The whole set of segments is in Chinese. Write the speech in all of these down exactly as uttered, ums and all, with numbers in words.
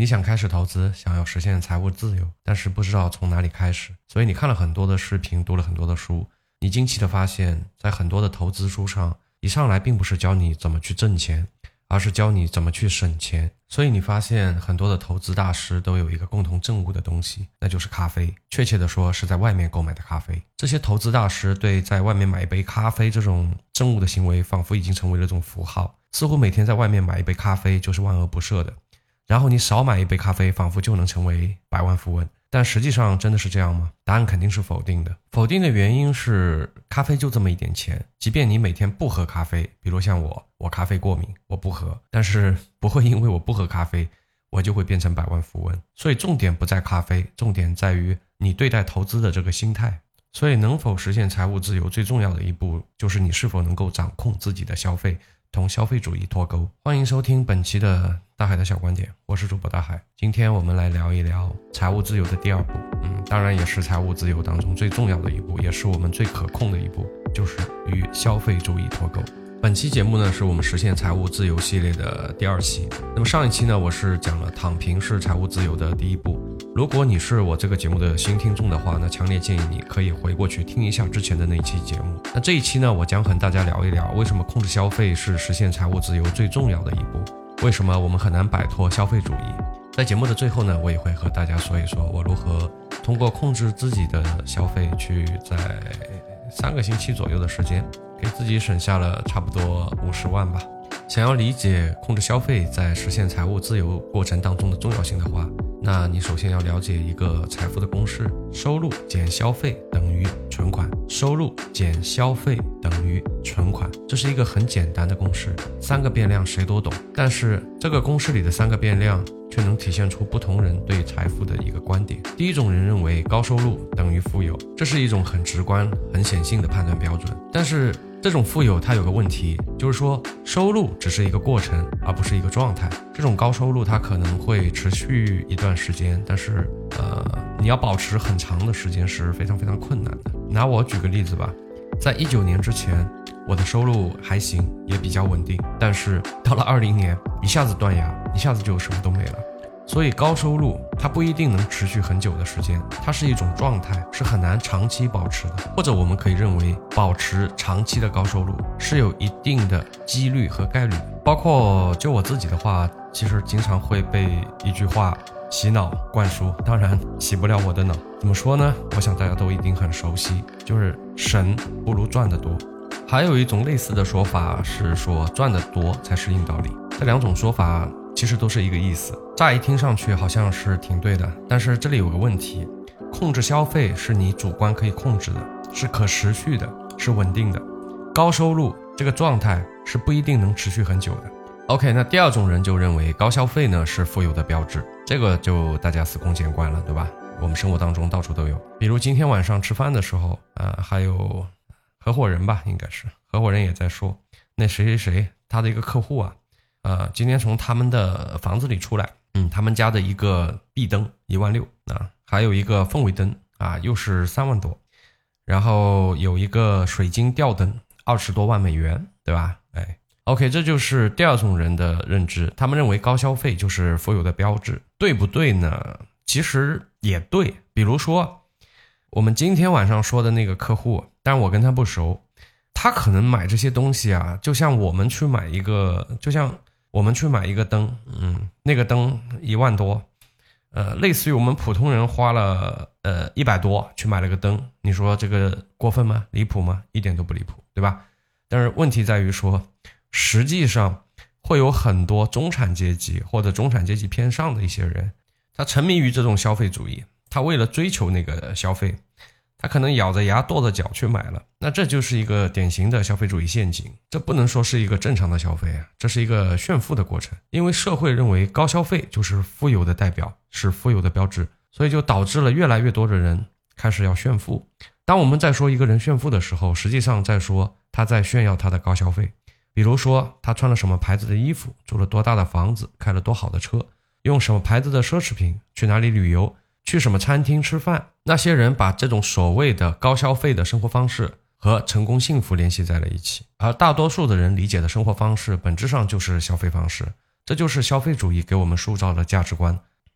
你想开始投资，想要实现财务自由，但是不知道从哪里开始，所以你看了很多的视频，读了很多的书，你惊奇的发现，在很多的投资书上，一上来并不是教你怎么去挣钱，而是教你怎么去省钱。所以你发现很多的投资大师都有一个共同证悟的东西，那就是咖啡，确切的说是在外面购买的咖啡。这些投资大师对在外面买一杯咖啡这种证悟的行为仿佛已经成为了一种符号，似乎每天在外面买一杯咖啡就是万恶不赦的，然后你少买一杯咖啡仿佛就能成为百万富翁。但实际上真的是这样吗？答案肯定是否定的。否定的原因是咖啡就这么一点钱，即便你每天不喝咖啡，比如像我我咖啡过敏，我不喝，但是不会因为我不喝咖啡我就会变成百万富翁。所以重点不在咖啡，重点在于你对待投资的这个心态。所以能否实现财务自由最重要的一步，就是你是否能够掌控自己的消费，同消费主义脱钩。欢迎收听本期的大海的小观点，我是主播大海。今天我们来聊一聊财务自由的第二步，嗯，当然也是财务自由当中最重要的一步，也是我们最可控的一步，就是与消费主义脱钩。本期节目呢，是我们实现财务自由系列的第二期。那么上一期呢，我是讲了躺平是财务自由的第一步。如果你是我这个节目的新听众的话，那强烈建议你可以回过去听一下之前的那一期节目。那这一期呢，我将和大家聊一聊为什么控制消费是实现财务自由最重要的一步，为什么我们很难摆脱消费主义。在节目的最后呢，我也会和大家说一说我如何通过控制自己的消费，去在三个星期左右的时间给自己省下了差不多五十万吧。想要理解控制消费在实现财务自由过程当中的重要性的话，那你首先要了解一个财富的公式，收入减消费等于存款，收入减消费等于存款，这是一个很简单的公式，三个变量谁都懂，但是这个公式里的三个变量却能体现出不同人对财富的一个观点。第一种人认为高收入等于富有，这是一种很直观很显性的判断标准，但是这种富有它有个问题，就是说收入只是一个过程，而不是一个状态。这种高收入它可能会持续一段时间，但是呃，你要保持很长的时间是非常非常困难的。拿我举个例子吧，在一九年之前我的收入还行，也比较稳定，但是到了二零年一下子断崖，一下子就什么都没了。所以高收入它不一定能持续很久的时间，它是一种状态，是很难长期保持的。或者我们可以认为保持长期的高收入是有一定的几率和概率的。包括就我自己的话，其实经常会被一句话洗脑灌输，当然洗不了我的脑。怎么说呢？我想大家都一定很熟悉，就是省不如赚得多。还有一种类似的说法是说赚得多才是硬道理。这两种说法其实都是一个意思，乍一听上去好像是挺对的，但是这里有个问题，控制消费是你主观可以控制的，是可持续的，是稳定的。高收入这个状态是不一定能持续很久的。OK， 那第二种人就认为高消费呢是富有的标志，这个就大家司空见惯了，对吧？我们生活当中到处都有，比如今天晚上吃饭的时候啊、呃，还有合伙人吧，应该是合伙人也在说，那谁谁谁他的一个客户啊呃，今天从他们的房子里出来，嗯，他们家的一个壁灯一万六啊，还有一个氛围灯啊，又是三万多，然后有一个水晶吊灯二十多万美元，对吧？哎 ，OK， 这就是第二种人的认知，他们认为高消费就是富有的标志，对不对呢？其实也对，比如说我们今天晚上说的那个客户，但我跟他不熟，他可能买这些东西啊，就像我们去买一个，就像我们去买一个灯，嗯，那个灯一万多，呃，类似于我们普通人花了呃一百多去买了个灯，你说这个过分吗？离谱吗？一点都不离谱，对吧？但是问题在于说，实际上会有很多中产阶级或者中产阶级偏上的一些人，他沉迷于这种消费主义，他为了追求那个消费，他可能咬着牙跺着脚去买了，那这就是一个典型的消费主义陷阱。这不能说是一个正常的消费啊，这是一个炫富的过程。因为社会认为高消费就是富有的代表，是富有的标志，所以就导致了越来越多的人开始要炫富。当我们在说一个人炫富的时候，实际上在说他在炫耀他的高消费。比如说他穿了什么牌子的衣服，住了多大的房子，开了多好的车，用什么牌子的奢侈品，去哪里旅游，去什么餐厅吃饭。那些人把这种所谓的高消费的生活方式和成功幸福联系在了一起，而大多数的人理解的生活方式本质上就是消费方式，这就是消费主义给我们塑造的价值观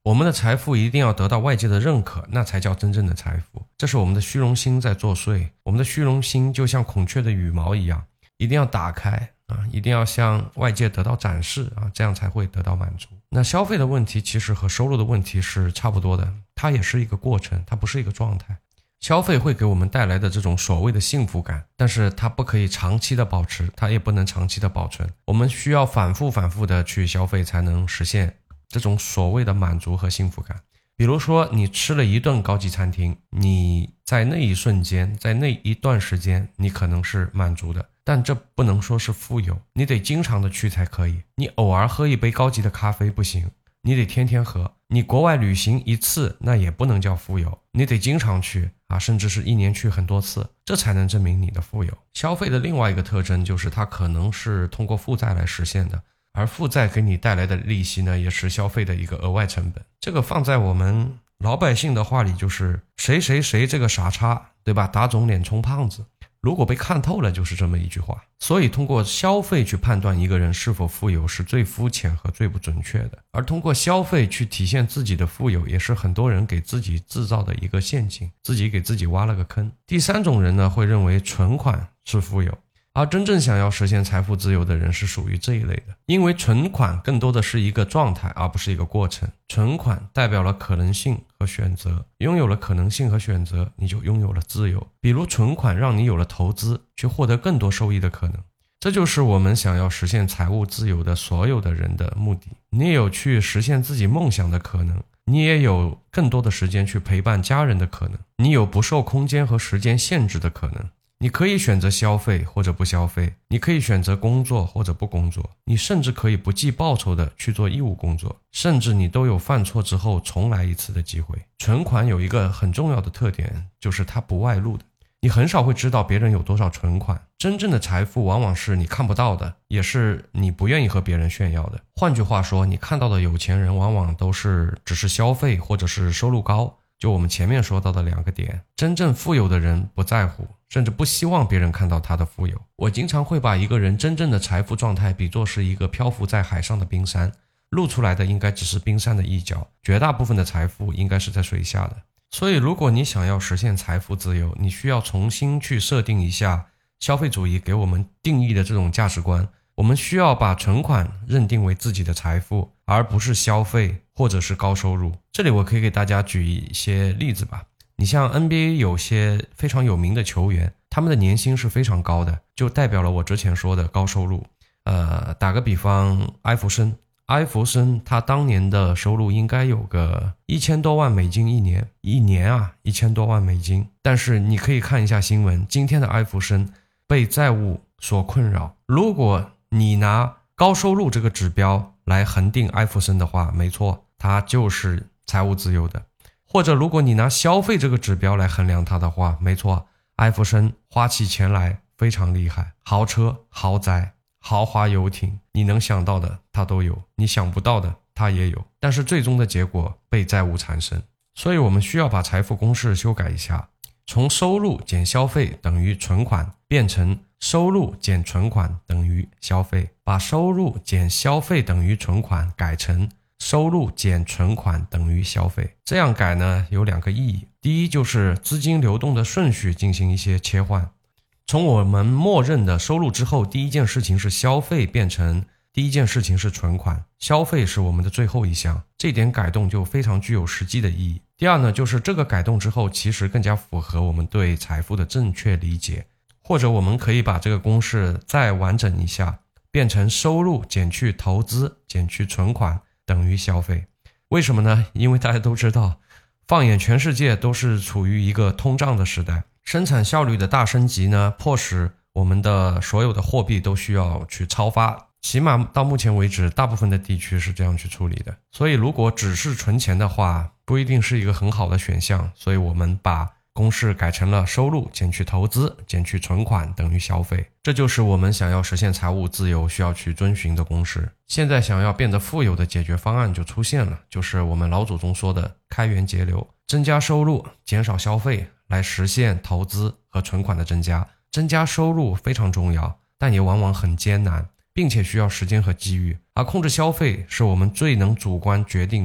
我们的财富一定要得到外界的认可，那才叫真正的财富。这是我们的虚荣心在作祟，我们的虚荣心就像孔雀的羽毛一样，一定要打开啊，一定要向外界得到展示啊，这样才会得到满足。那消费的问题其实和收入的问题是差不多的，它也是一个过程，它不是一个状态。消费会给我们带来的这种所谓的幸福感，但是它不可以长期的保持，它也不能长期的保存。我们需要反复反复的去消费，才能实现这种所谓的满足和幸福感。比如说你吃了一顿高级餐厅，你在那一瞬间，在那一段时间，你可能是满足的，但这不能说是富有，你得经常的去才可以。你偶尔喝一杯高级的咖啡不行，你得天天喝。你国外旅行一次，那也不能叫富有，你得经常去啊，甚至是一年去很多次，这才能证明你的富有。消费的另外一个特征就是它可能是通过负债来实现的，而负债给你带来的利息呢，也是消费的一个额外成本。这个放在我们老百姓的话里就是谁谁谁这个傻叉，对吧？打肿脸充胖子。如果被看透了，就是这么一句话。所以通过消费去判断一个人是否富有是最肤浅和最不准确的，而通过消费去体现自己的富有，也是很多人给自己制造的一个陷阱，自己给自己挖了个坑。第三种人呢，会认为存款是富有，而真正想要实现财富自由的人是属于这一类的，因为存款更多的是一个状态，而不是一个过程。存款代表了可能性和选择，拥有了可能性和选择，你就拥有了自由。比如存款让你有了投资，去获得更多收益的可能。这就是我们想要实现财务自由的所有的人的目的。你也有去实现自己梦想的可能，你也有更多的时间去陪伴家人的可能，你有不受空间和时间限制的可能。你可以选择消费或者不消费，你可以选择工作或者不工作，你甚至可以不计报酬的去做义务工作，甚至你都有犯错之后重来一次的机会。存款有一个很重要的特点，就是它不外露的，你很少会知道别人有多少存款。真正的财富往往是你看不到的，也是你不愿意和别人炫耀的。换句话说，你看到的有钱人往往都是只是消费或者是收入高，就我们前面说到的两个点。真正富有的人不在乎，甚至不希望别人看到他的富有。我经常会把一个人真正的财富状态比作是一个漂浮在海上的冰山，露出来的应该只是冰山的一角，绝大部分的财富应该是在水下的。所以如果你想要实现财富自由，你需要重新去设定一下消费主义给我们定义的这种价值观。我们需要把存款认定为自己的财富，而不是消费或者是高收入。这里我可以给大家举一些例子吧。你像 N B A 有些非常有名的球员，他们的年薪是非常高的，就代表了我之前说的高收入。呃，打个比方，艾弗森，艾弗森他当年的收入应该有个一千多万美金一年，一年啊，一千多万美金。但是你可以看一下新闻，今天的艾弗森被债务所困扰。如果你拿高收入这个指标来恒定艾弗森的话，没错，他就是财务自由的。或者如果你拿消费这个指标来衡量他的话，没错，艾弗森花起钱来非常厉害，豪车、豪宅、豪华游艇，你能想到的他都有，你想不到的他也有，但是最终的结果被债务缠身。所以我们需要把财富公式修改一下，从收入减消费等于存款变成收入减存款等于消费，把收入减消费等于存款改成收入减存款等于消费。这样改呢，有两个意义。第一，就是资金流动的顺序进行一些切换，从我们默认的收入之后第一件事情是消费变成第一件事情是存款，消费是我们的最后一项，这点改动就非常具有实际的意义。第二呢，就是这个改动之后其实更加符合我们对财富的正确理解，或者我们可以把这个公式再完整一下，变成收入减去投资减去存款等于消费。为什么呢？因为大家都知道，放眼全世界都是处于一个通胀的时代，生产效率的大升级呢，迫使我们的所有的货币都需要去超发，起码到目前为止大部分的地区是这样去处理的。所以如果只是存钱的话，不一定是一个很好的选项，所以我们把公式改成了收入减去投资减去存款等于消费，这就是我们想要实现财务自由需要去遵循的公式。现在想要变得富有的解决方案就出现了，就是我们老祖宗说的开源节流，增加收入减少消费来实现投资和存款的增加。增加收入非常重要，但也往往很艰难，并且需要时间和机遇，而控制消费是我们最能主观决定的。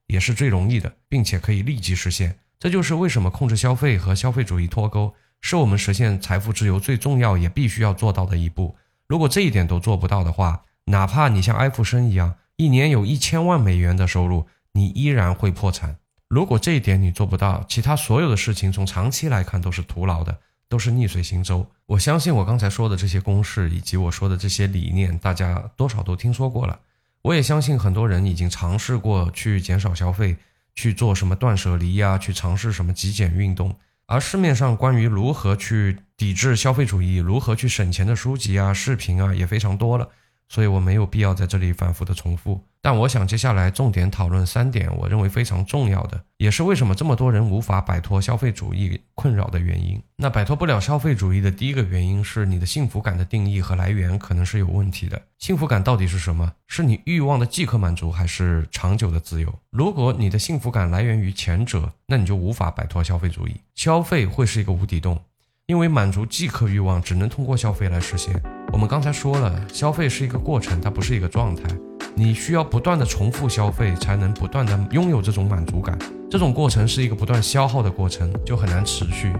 也是最容易的，并且可以立即实现。这就是为什么控制消费和消费主义脱钩是我们实现财富自由最重要也必须要做到的一步。如果这一点都做不到的话，哪怕你像艾弗森一样一年有一千万美元的收入，你依然会破产。如果这一点你做不到，其他所有的事情从长期来看都是徒劳的，都是逆水行舟。我相信我刚才说的这些公式以及我说的这些理念，大家多少都听说过了。我也相信很多人已经尝试过去减少消费，去做什么断舍离啊，去尝试什么极简运动。而市面上关于如何去抵制消费主义，如何去省钱的书籍啊、视频啊也非常多了，所以我没有必要在这里反复的重复。但我想接下来重点讨论三点我认为非常重要的，也是为什么这么多人无法摆脱消费主义困扰的原因。那摆脱不了消费主义的第一个原因是你的幸福感的定义和来源可能是有问题的。幸福感到底是什么？是你欲望的即刻满足，还是长久的自由？如果你的幸福感来源于前者，那你就无法摆脱消费主义。消费会是一个无底洞，因为满足即刻欲望只能通过消费来实现。我们刚才说了，消费是一个过程，它不是一个状态。你需要不断的重复消费，才能不断的拥有这种满足感。这种过程是一个不断消耗的过程，就很难持续。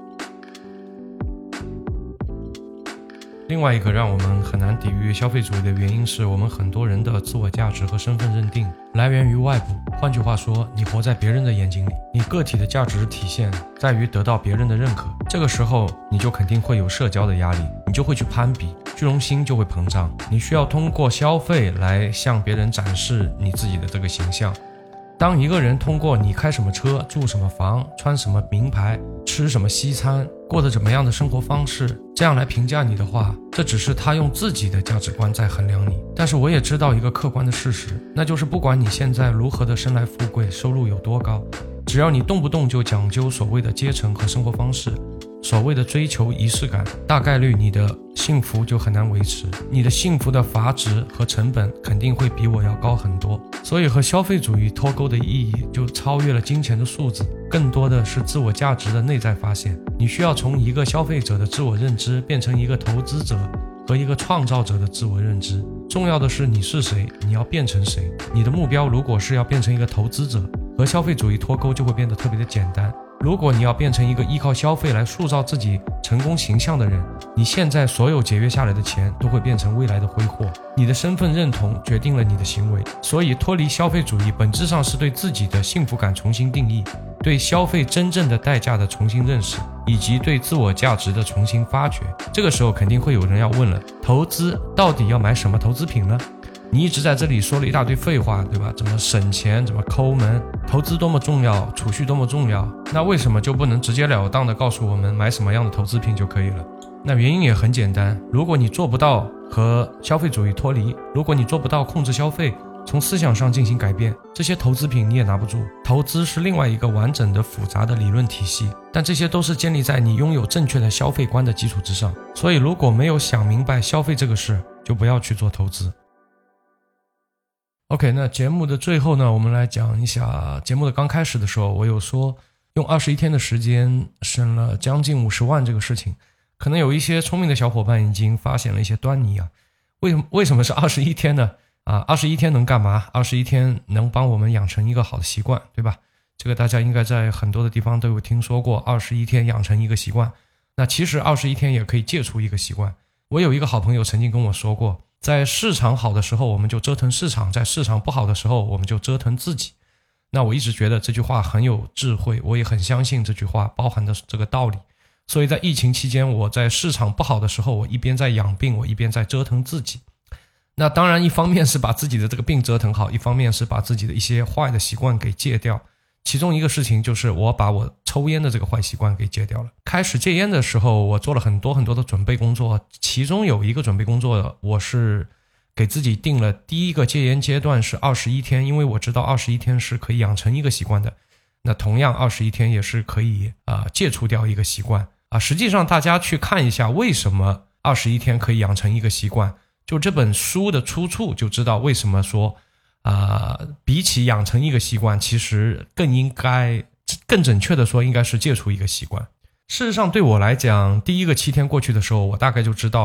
另外一个让我们很难抵御消费主义的原因是我们很多人的自我价值和身份认定来源于外部。换句话说，你活在别人的眼睛里，你个体的价值体现在于得到别人的认可。这个时候你就肯定会有社交的压力，你就会去攀比，虚荣心就会膨胀，你需要通过消费来向别人展示你自己的这个形象。当一个人通过你开什么车、住什么房、穿什么名牌、吃什么西餐、过得怎么样的生活方式，这样来评价你的话，这只是他用自己的价值观在衡量你。但是我也知道一个客观的事实，那就是不管你现在如何的生来富贵，收入有多高，只要你动不动就讲究所谓的阶层和生活方式，所谓的追求仪式感，大概率你的幸福就很难维持，你的幸福的阀值和成本肯定会比我要高很多。所以和消费主义脱钩的意义就超越了金钱的数字，更多的是自我价值的内在发现。你需要从一个消费者的自我认知变成一个投资者和一个创造者的自我认知。重要的是你是谁，你要变成谁。你的目标如果是要变成一个投资者，和消费主义脱钩就会变得特别的简单。如果你要变成一个依靠消费来塑造自己成功形象的人，你现在所有节约下来的钱都会变成未来的挥霍。你的身份认同决定了你的行为，所以脱离消费主义本质上是对自己的幸福感重新定义，对消费真正的代价的重新认识，以及对自我价值的重新发掘。这个时候肯定会有人要问了，投资到底要买什么投资品呢？你一直在这里说了一大堆废话，对吧？怎么省钱，怎么抠门，投资多么重要，储蓄多么重要，那为什么就不能直截了当的告诉我们买什么样的投资品就可以了？那原因也很简单，如果你做不到和消费主义脱离，如果你做不到控制消费，从思想上进行改变，这些投资品你也拿不住。投资是另外一个完整的复杂的理论体系，但这些都是建立在你拥有正确的消费观的基础之上。所以如果没有想明白消费这个事，就不要去做投资。OK， 那节目的最后呢，我们来讲一下节目的刚开始的时候，我有说用二十一天的时间省了将近五十万这个事情，可能有一些聪明的小伙伴已经发现了一些端倪啊。为什么为什么是二十一天呢？啊，二十一天能干嘛？二十一天能帮我们养成一个好的习惯，对吧？这个大家应该在很多的地方都有听说过，二十一天养成一个习惯。那其实二十一天也可以戒除一个习惯。我有一个好朋友曾经跟我说过，在市场好的时候我们就折腾市场，在市场不好的时候我们就折腾自己。那我一直觉得这句话很有智慧，我也很相信这句话包含的这个道理。所以在疫情期间，我在市场不好的时候，我一边在养病，我一边在折腾自己。那当然一方面是把自己的这个病折腾好，一方面是把自己的一些坏的习惯给戒掉。其中一个事情就是我把我抽烟的这个坏习惯给戒掉了。开始戒烟的时候，我做了很多很多的准备工作，其中有一个准备工作，我是给自己定了第一个戒烟阶段是二十一天，因为我知道二十一天是可以养成一个习惯的。那同样二十一天也是可以啊、呃、戒除掉一个习惯啊。实际上大家去看一下为什么二十一天可以养成一个习惯，就这本书的出处就知道为什么说啊、呃，比起养成一个习惯，其实更应该更准确的说应该是戒除一个习惯。事实上对我来讲，第一个七天过去的时候，我大概就知道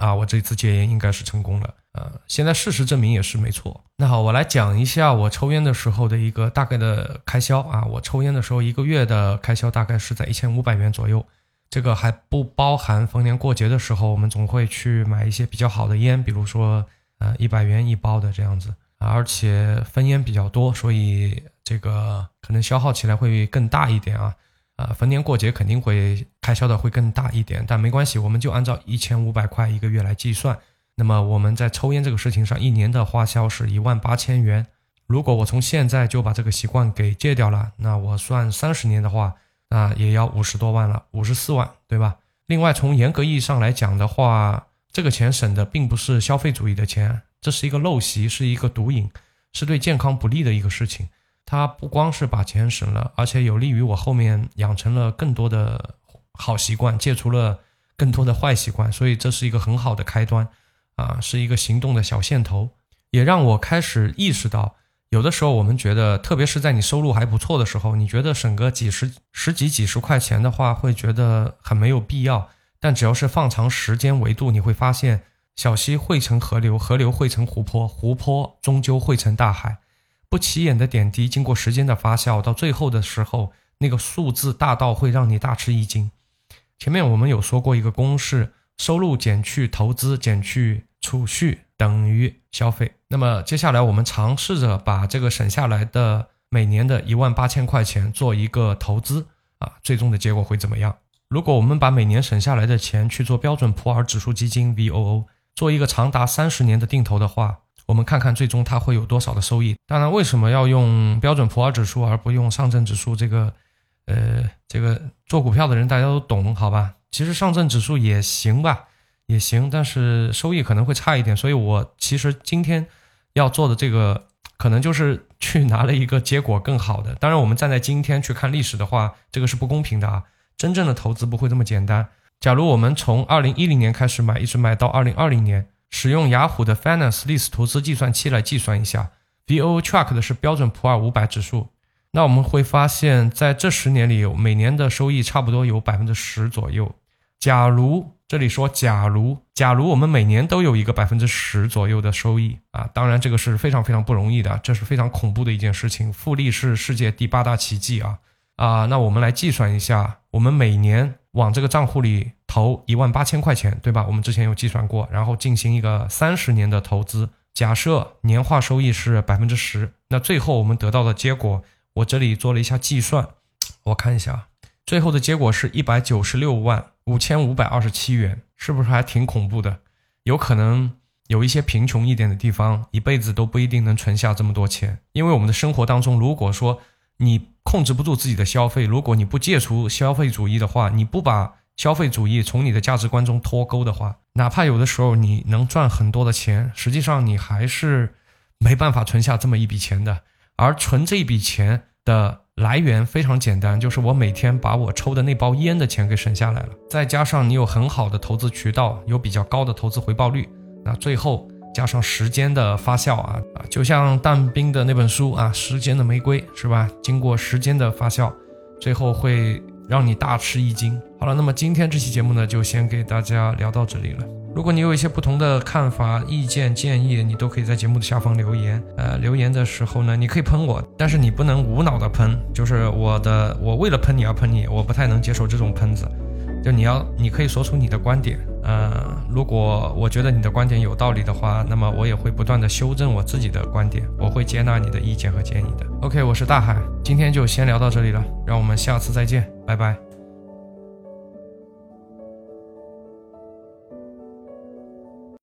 啊，我这次戒烟应该是成功了。呃，现在事实证明也是没错。那好，我来讲一下我抽烟的时候的一个大概的开销啊。我抽烟的时候一个月的开销大概是在一千五百元左右，这个还不包含逢年过节的时候我们总会去买一些比较好的烟，比如说呃一百元一包的这样子，而且分烟比较多，所以这个可能消耗起来会更大一点啊。呃，逢年过节肯定会开销的会更大一点，但没关系，我们就按照一千五百块一个月来计算。那么我们在抽烟这个事情上一年的花销是一万八千元。如果我从现在就把这个习惯给戒掉了，那我算三十年的话，那也要五十多万了，五十四万，对吧？另外从严格意义上来讲的话，这个钱省的并不是消费主义的钱，这是一个陋习，是一个毒瘾，是对健康不利的一个事情。它不光是把钱省了，而且有利于我后面养成了更多的好习惯，戒除了更多的坏习惯，所以这是一个很好的开端啊，是一个行动的小线头，也让我开始意识到，有的时候我们觉得，特别是在你收入还不错的时候，你觉得省个几十十几几十块钱的话会觉得很没有必要，但只要是放长时间维度，你会发现小溪汇成河流，河流汇成湖泊，湖泊终究汇成大海。不起眼的点滴经过时间的发酵，到最后的时候那个数字大到会让你大吃一惊。前面我们有说过一个公式，收入减去投资减去储蓄等于消费。那么接下来我们尝试着把这个省下来的每年的一万八千块钱做一个投资啊，最终的结果会怎么样？如果我们把每年省下来的钱去做标准普尔指数基金 V O O， 做一个长达三十年的定投的话，我们看看最终它会有多少的收益。当然为什么要用标准普尔指数而不用上证指数，这个呃，这个做股票的人大家都懂，好吧？其实上证指数也行吧，也行，但是收益可能会差一点，所以我其实今天要做的这个可能就是去拿了一个结果更好的。当然我们站在今天去看历史的话，这个是不公平的啊，真正的投资不会这么简单。假如我们从二零一零年开始买，一直买到二零二零年，使用雅虎的 Finance List 投资计算器来计算一下， V O O Track 的是标准普尔五百指数，那我们会发现在这十年里每年的收益差不多有 百分之十 左右。假如这里说假如假如我们每年都有一个 百分之十 左右的收益啊，当然这个是非常非常不容易的，这是非常恐怖的一件事情，复利是世界第八大奇迹啊啊！那我们来计算一下，我们每年往这个账户里投一万八千块钱，对吧？我们之前有计算过，然后进行一个三十年的投资，假设年化收益是 百分之十， 那最后我们得到的结果，我这里做了一下计算，我看一下，最后的结果是一百九十六万五千五百二十七元，是不是还挺恐怖的？有可能有一些贫穷一点的地方，一辈子都不一定能存下这么多钱。因为我们的生活当中，如果说你控制不住自己的消费，如果你不戒除消费主义的话，你不把消费主义从你的价值观中脱钩的话，哪怕有的时候你能赚很多的钱，实际上你还是没办法存下这么一笔钱的。而存这一笔钱的来源非常简单，就是我每天把我抽的那包烟的钱给省下来了，再加上你有很好的投资渠道，有比较高的投资回报率，那最后加上时间的发酵啊啊，就像但斌的那本书啊，时间的玫瑰是吧？经过时间的发酵，最后会让你大吃一惊。好了，那么今天这期节目呢，就先给大家聊到这里了。如果你有一些不同的看法、意见、建议，你都可以在节目的下方留言。呃，留言的时候呢，你可以喷我，但是你不能无脑的喷，就是我的，我为了喷你而喷你，我不太能接受这种喷子。就你要，你可以说出你的观点。呃，如果我觉得你的观点有道理的话，那么我也会不断的修正我自己的观点，我会接纳你的意见和建议的。OK， 我是大海，今天就先聊到这里了，让我们下次再见，拜拜。